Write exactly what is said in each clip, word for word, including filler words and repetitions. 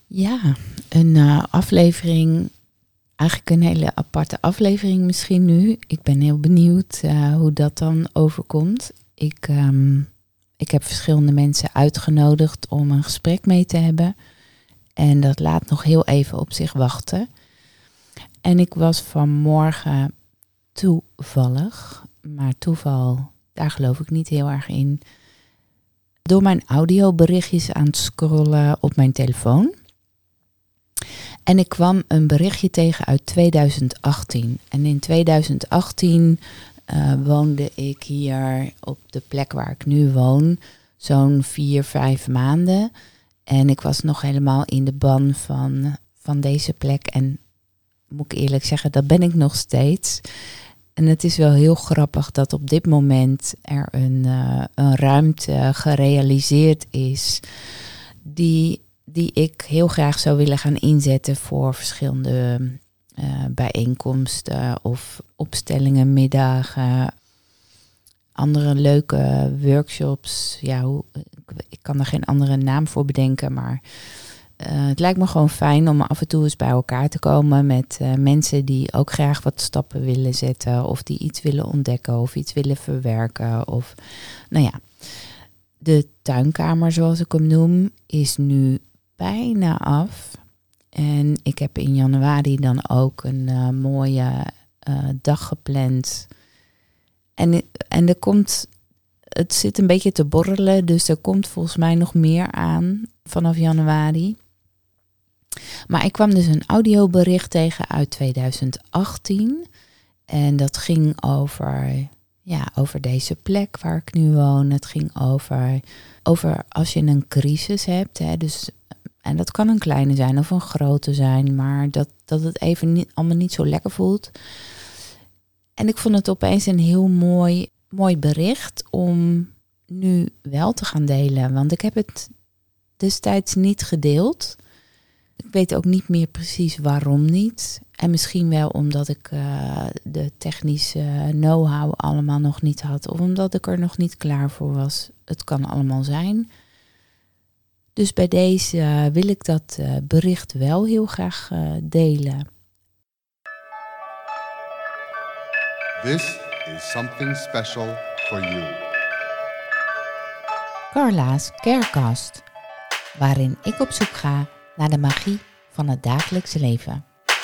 Ja, een uh, aflevering, eigenlijk een hele aparte aflevering misschien nu. Ik ben heel benieuwd uh, hoe dat dan overkomt. Ik, um, ik heb verschillende mensen uitgenodigd om een gesprek mee te hebben. En dat laat nog heel even op zich wachten. En ik was vanmorgen toevallig, maar toeval, daar geloof ik niet heel erg in, door mijn audioberichtjes aan het scrollen op mijn telefoon. En ik kwam een berichtje tegen uit tweeduizend achttien. En in tweeduizend achttien uh, woonde ik hier op de plek waar ik nu woon zo'n vier, vijf maanden. En ik was nog helemaal in de ban van, van deze plek. En moet ik eerlijk zeggen, dat ben ik nog steeds. En het is wel heel grappig dat op dit moment er een, uh, een ruimte gerealiseerd is die... die ik heel graag zou willen gaan inzetten voor verschillende uh, bijeenkomsten of opstellingen, middagen, andere leuke workshops. Ja, hoe, ik, ik kan er geen andere naam voor bedenken, maar uh, het lijkt me gewoon fijn om af en toe eens bij elkaar te komen met uh, mensen die ook graag wat stappen willen zetten of die iets willen ontdekken of iets willen verwerken. Of, nou ja, de tuinkamer, zoals ik hem noem, is nu bijna af. En ik heb in januari dan ook een uh, mooie uh, dag gepland. En, en er komt, het zit een beetje te borrelen, dus er komt volgens mij nog meer aan vanaf januari. Maar ik kwam dus een audiobericht tegen uit tweeduizend achttien. En dat ging over, ja, over deze plek waar ik nu woon. Het ging over, over als je een crisis hebt, hè, dus... En dat kan een kleine zijn of een grote zijn, maar dat, dat het even niet, allemaal niet zo lekker voelt. En ik vond het opeens een heel mooi, mooi bericht om nu wel te gaan delen. Want ik heb het destijds niet gedeeld. Ik weet ook niet meer precies waarom niet. En misschien wel omdat ik uh, de technische know-how allemaal nog niet had. Of omdat ik er nog niet klaar voor was. Het kan allemaal zijn. Dus bij deze uh, wil ik dat uh, bericht wel heel graag uh, delen. This is something special for you. Carla's Carecast, waarin ik op zoek ga naar de magie van het dagelijkse leven.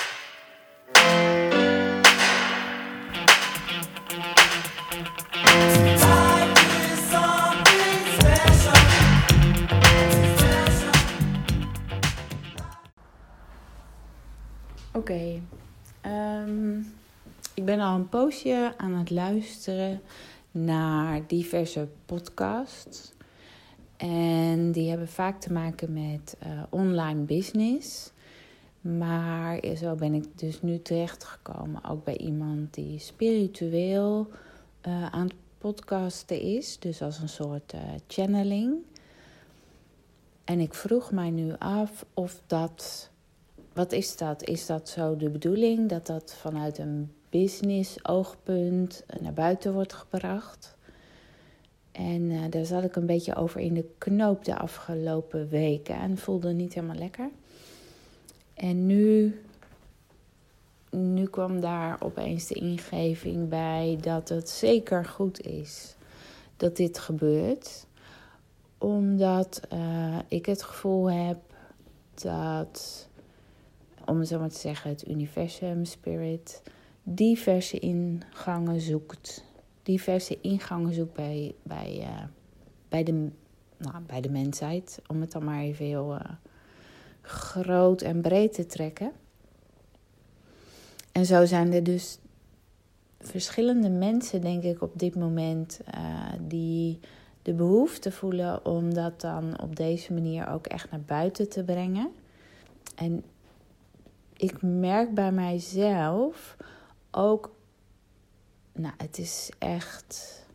Oké, okay. um, ik ben al een poosje aan het luisteren naar diverse podcasts. En die hebben vaak te maken met uh, online business. Maar zo ben ik dus nu terechtgekomen ook bij iemand die spiritueel uh, aan het podcasten is. Dus als een soort uh, channeling. En ik vroeg mij nu af of dat... Wat is dat? Is dat zo de bedoeling dat dat vanuit een business oogpunt naar buiten wordt gebracht? En uh, daar zat ik een beetje over in de knoop de afgelopen weken en voelde niet helemaal lekker. En nu, nu kwam daar opeens de ingeving bij dat het zeker goed is dat dit gebeurt. Omdat uh, ik het gevoel heb dat... om het zo maar te zeggen, het universum, spirit, diverse ingangen zoekt. Diverse ingangen zoekt bij, bij, uh, bij, de, nou, bij de mensheid. Om het dan maar even heel uh, groot en breed te trekken. En zo zijn er dus verschillende mensen, denk ik, op dit moment... Uh, die de behoefte voelen om dat dan op deze manier ook echt naar buiten te brengen. En... ik merk bij mijzelf ook, nou, het is echt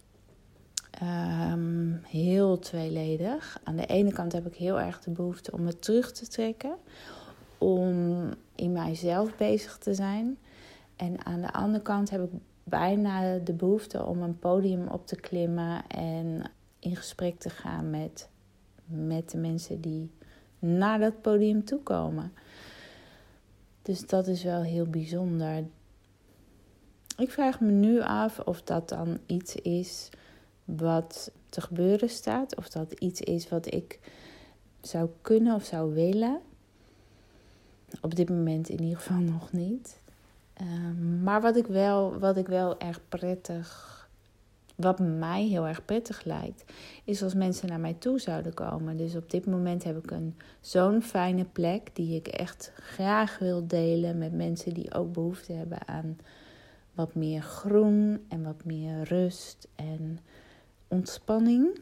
um, heel tweeledig. Aan de ene kant heb ik heel erg de behoefte om me terug te trekken, om in mijzelf bezig te zijn. En aan de andere kant heb ik bijna de behoefte om een podium op te klimmen en in gesprek te gaan met, met de mensen die naar dat podium toe komen. Dus dat is wel heel bijzonder. Ik vraag me nu af of dat dan iets is wat te gebeuren staat. Of dat iets is wat ik zou kunnen of zou willen. Op dit moment in ieder geval nog niet. Um, maar wat ik, wel, wat ik wel erg prettig... Wat mij heel erg prettig lijkt, is als mensen naar mij toe zouden komen. Dus op dit moment heb ik een zo'n fijne plek die ik echt graag wil delen met mensen die ook behoefte hebben aan wat meer groen en wat meer rust en ontspanning.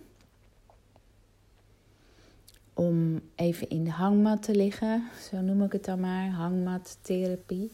Om even in de hangmat te liggen, zo noem ik het dan maar, hangmattherapie.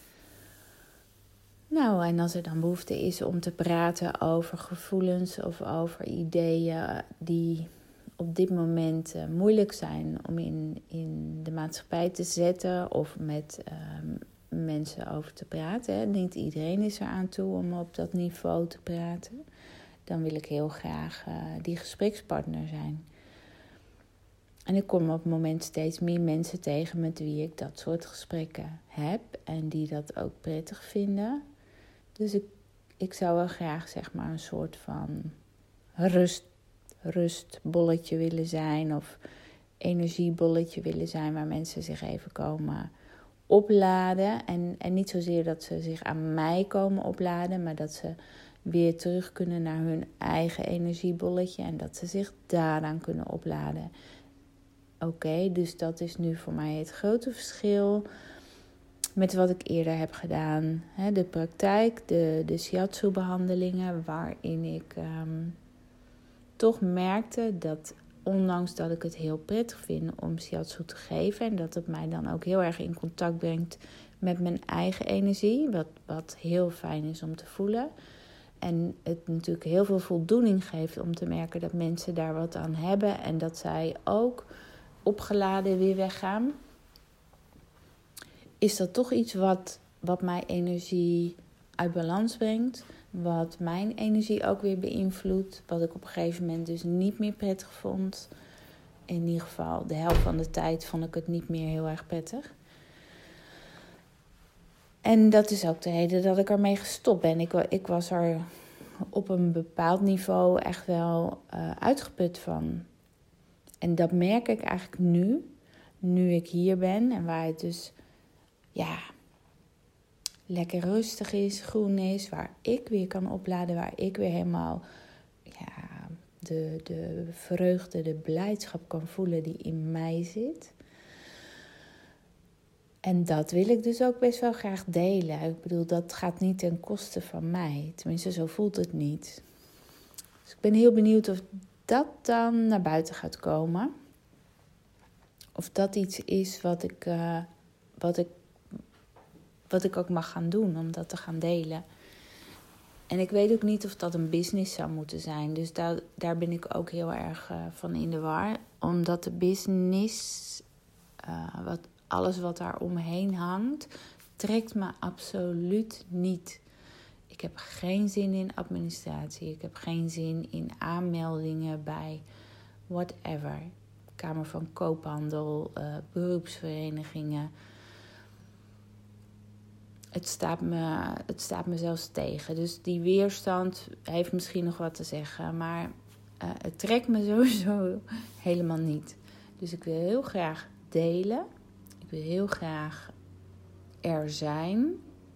Nou, en als er dan behoefte is om te praten over gevoelens of over ideeën die op dit moment uh, moeilijk zijn om in, in de maatschappij te zetten of met uh, mensen over te praten. Hè. Niet iedereen is er aan toe om op dat niveau te praten. Dan wil ik heel graag uh, die gesprekspartner zijn. En ik kom op het moment steeds meer mensen tegen met wie ik dat soort gesprekken heb en die dat ook prettig vinden. Dus ik, ik zou wel graag zeg maar een soort van rust, rustbolletje willen zijn of energiebolletje willen zijn waar mensen zich even komen opladen. En, en niet zozeer dat ze zich aan mij komen opladen, maar dat ze weer terug kunnen naar hun eigen energiebolletje en dat ze zich daaraan kunnen opladen. Oké, okay, dus dat is nu voor mij het grote verschil met wat ik eerder heb gedaan. He, de praktijk, de, de shiatsu-behandelingen, waarin ik um, toch merkte dat ondanks dat ik het heel prettig vind om shiatsu te geven en dat het mij dan ook heel erg in contact brengt met mijn eigen energie, wat, wat heel fijn is om te voelen. En het natuurlijk heel veel voldoening geeft om te merken dat mensen daar wat aan hebben en dat zij ook opgeladen weer weggaan. Is dat toch iets wat, wat mijn energie uit balans brengt. Wat mijn energie ook weer beïnvloedt. Wat ik op een gegeven moment dus niet meer prettig vond. In ieder geval de helft van de tijd vond ik het niet meer heel erg prettig. En dat is ook de reden dat ik ermee gestopt ben. Ik, ik was er op een bepaald niveau echt wel uh, uitgeput van. En dat merk ik eigenlijk nu. Nu ik hier ben en waar het dus ja, lekker rustig is, groen is. Waar ik weer kan opladen. Waar ik weer helemaal ja, de, de vreugde, de blijdschap kan voelen die in mij zit. En dat wil ik dus ook best wel graag delen. Ik bedoel, dat gaat niet ten koste van mij. Tenminste, zo voelt het niet. Dus ik ben heel benieuwd of dat dan naar buiten gaat komen. Of dat iets is wat ik, uh, wat ik, wat ik ook mag gaan doen, om dat te gaan delen. En ik weet ook niet of dat een business zou moeten zijn. Dus daar, daar ben ik ook heel erg uh, van in de war. Omdat de business, uh, wat, alles wat daar omheen hangt, trekt me absoluut niet. Ik heb geen zin in administratie. Ik heb geen zin in aanmeldingen bij whatever. Kamer van Koophandel, uh, beroepsverenigingen. Het staat, me, het staat me zelfs tegen. Dus die weerstand heeft misschien nog wat te zeggen. Maar uh, het trekt me sowieso helemaal niet. Dus ik wil heel graag delen. Ik wil heel graag er zijn.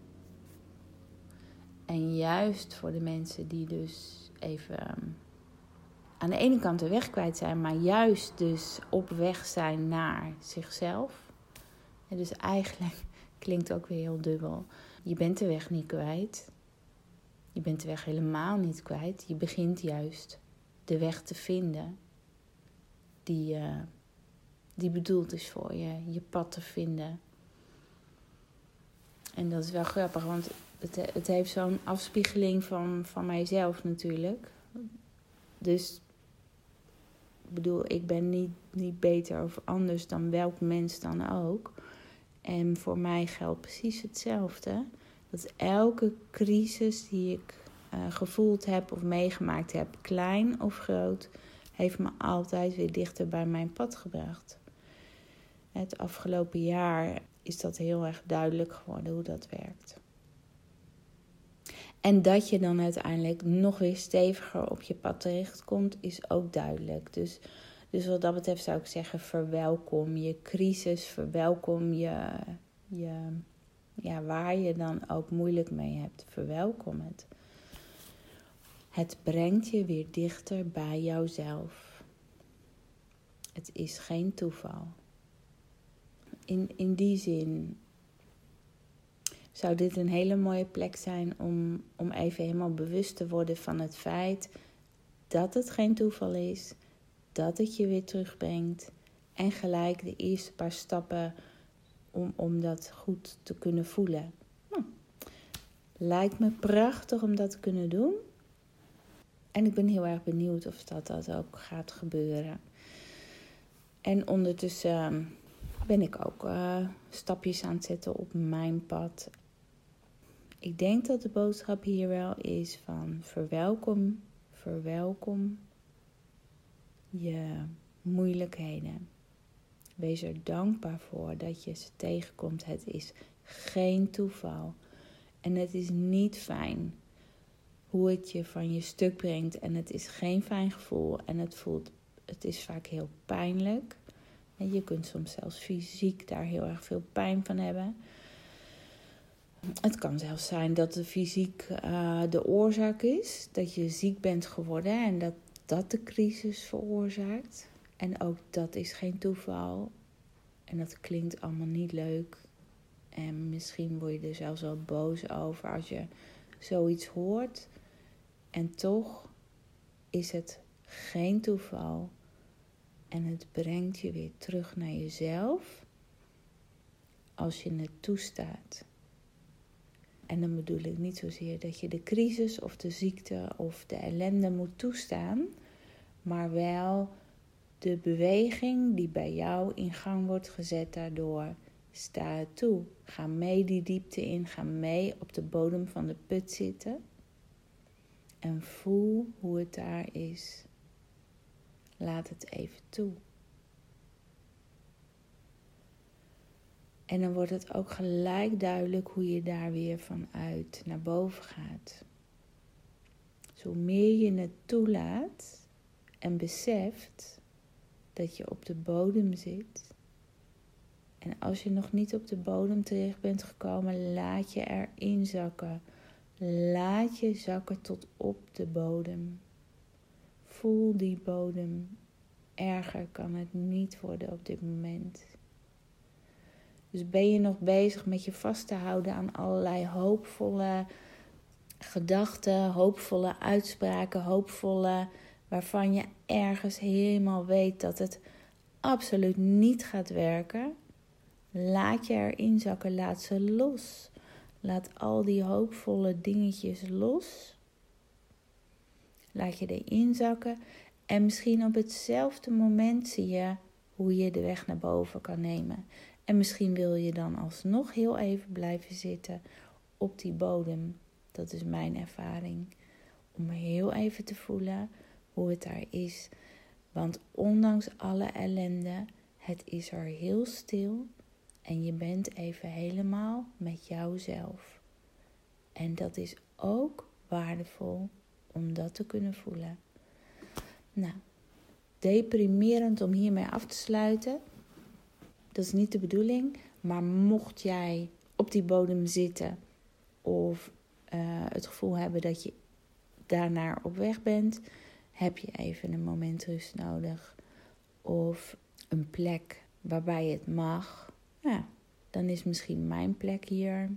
En juist voor de mensen die dus even um, aan de ene kant de weg kwijt zijn, maar juist dus op weg zijn naar zichzelf. En dus eigenlijk klinkt ook weer heel dubbel. Je bent de weg niet kwijt. Je bent de weg helemaal niet kwijt. Je begint juist de weg te vinden die, uh, die bedoeld is voor je. Je pad te vinden. En dat is wel grappig, want het, het heeft zo'n afspiegeling van, van mijzelf natuurlijk. Dus ik bedoel, ik ben niet, niet beter of anders dan welk mens dan ook. En voor mij geldt precies hetzelfde. Dat elke crisis die ik uh, gevoeld heb of meegemaakt heb, klein of groot, heeft me altijd weer dichter bij mijn pad gebracht. Het afgelopen jaar is dat heel erg duidelijk geworden hoe dat werkt. En dat je dan uiteindelijk nog weer steviger op je pad terechtkomt, is ook duidelijk. Dus, dus wat dat betreft zou ik zeggen, verwelkom je crisis, verwelkom je, je ja, waar je dan ook moeilijk mee hebt, verwelkom het. Het brengt je weer dichter bij jouzelf. Het is geen toeval. In, in die zin zou dit een hele mooie plek zijn om, om even helemaal bewust te worden van het feit dat het geen toeval is, dat het je weer terugbrengt en gelijk de eerste paar stappen om, om dat goed te kunnen voelen. Nou, lijkt me prachtig om dat te kunnen doen. En ik ben heel erg benieuwd of dat, dat ook gaat gebeuren. En ondertussen ben ik ook uh, stapjes aan het zetten op mijn pad. Ik denk dat de boodschap hier wel is van verwelkom, verwelkom je moeilijkheden. Wees er dankbaar voor dat je ze tegenkomt. Het is geen toeval. En het is niet fijn hoe het je van je stuk brengt. En het is geen fijn gevoel. En het voelt, het is vaak heel pijnlijk. En je kunt soms zelfs fysiek daar heel erg veel pijn van hebben. Het kan zelfs zijn dat de fysiek uh, de oorzaak is. Dat je ziek bent geworden en dat dat de crisis veroorzaakt. En ook dat is geen toeval. En dat klinkt allemaal niet leuk. En misschien word je er zelfs wel boos over als je zoiets hoort. En toch is het geen toeval. En het brengt je weer terug naar jezelf. Als je het toestaat. En dan bedoel ik niet zozeer dat je de crisis of de ziekte of de ellende moet toestaan. Maar wel de beweging die bij jou in gang wordt gezet daardoor. Sta het toe. Ga mee die diepte in. Ga mee op de bodem van de put zitten. En voel hoe het daar is. Laat het even toe. En dan wordt het ook gelijk duidelijk hoe je daar weer vanuit naar boven gaat. Dus hoe meer je het toelaat en beseft dat je op de bodem zit. En als je nog niet op de bodem terecht bent gekomen, laat je erin zakken. Laat je zakken tot op de bodem. Voel die bodem. Erger kan het niet worden op dit moment. Dus ben je nog bezig met je vast te houden aan allerlei hoopvolle gedachten, hoopvolle uitspraken, hoopvolle waarvan je ergens helemaal weet dat het absoluut niet gaat werken. Laat je erin zakken, laat ze los. Laat al die hoopvolle dingetjes los. Laat je erin zakken. En misschien op hetzelfde moment zie je hoe je de weg naar boven kan nemen. En misschien wil je dan alsnog heel even blijven zitten op die bodem. Dat is mijn ervaring. Om heel even te voelen hoe het daar is. Want ondanks alle ellende, het is er heel stil. En je bent even helemaal met jouzelf. En dat is ook waardevol om dat te kunnen voelen. Nou, deprimerend om hiermee af te sluiten. Dat is niet de bedoeling. Maar mocht jij op die bodem zitten of uh, het gevoel hebben dat je daarnaar op weg bent, heb je even een moment rust nodig. Of een plek waarbij het mag. Ja, dan is misschien mijn plek hier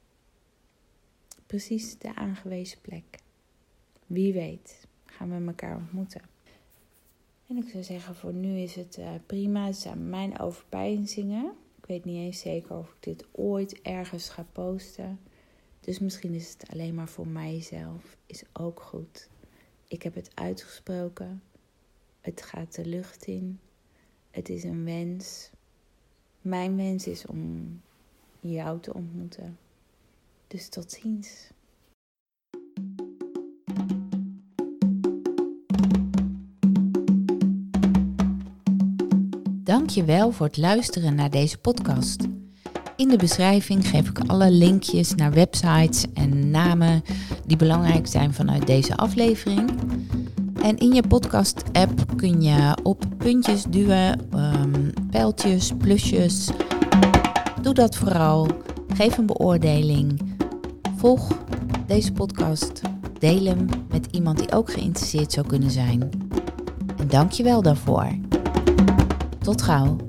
precies de aangewezen plek. Wie weet, gaan we elkaar ontmoeten. En ik zou zeggen, voor nu is het uh, prima. Het zijn mijn overpeinzingen. Ik weet niet eens zeker of ik dit ooit ergens ga posten. Dus misschien is het alleen maar voor mijzelf. Is ook goed. Ik heb het uitgesproken. Het gaat de lucht in. Het is een wens. Mijn wens is om jou te ontmoeten. Dus tot ziens. Dank je wel voor het luisteren naar deze podcast. In de beschrijving geef ik alle linkjes naar websites en namen die belangrijk zijn vanuit deze aflevering. En in je podcast-app kun je op puntjes duwen, um, pijltjes, plusjes. Doe dat vooral. Geef een beoordeling. Volg deze podcast. Deel hem met iemand die ook geïnteresseerd zou kunnen zijn. En dank je wel daarvoor. Tot gauw.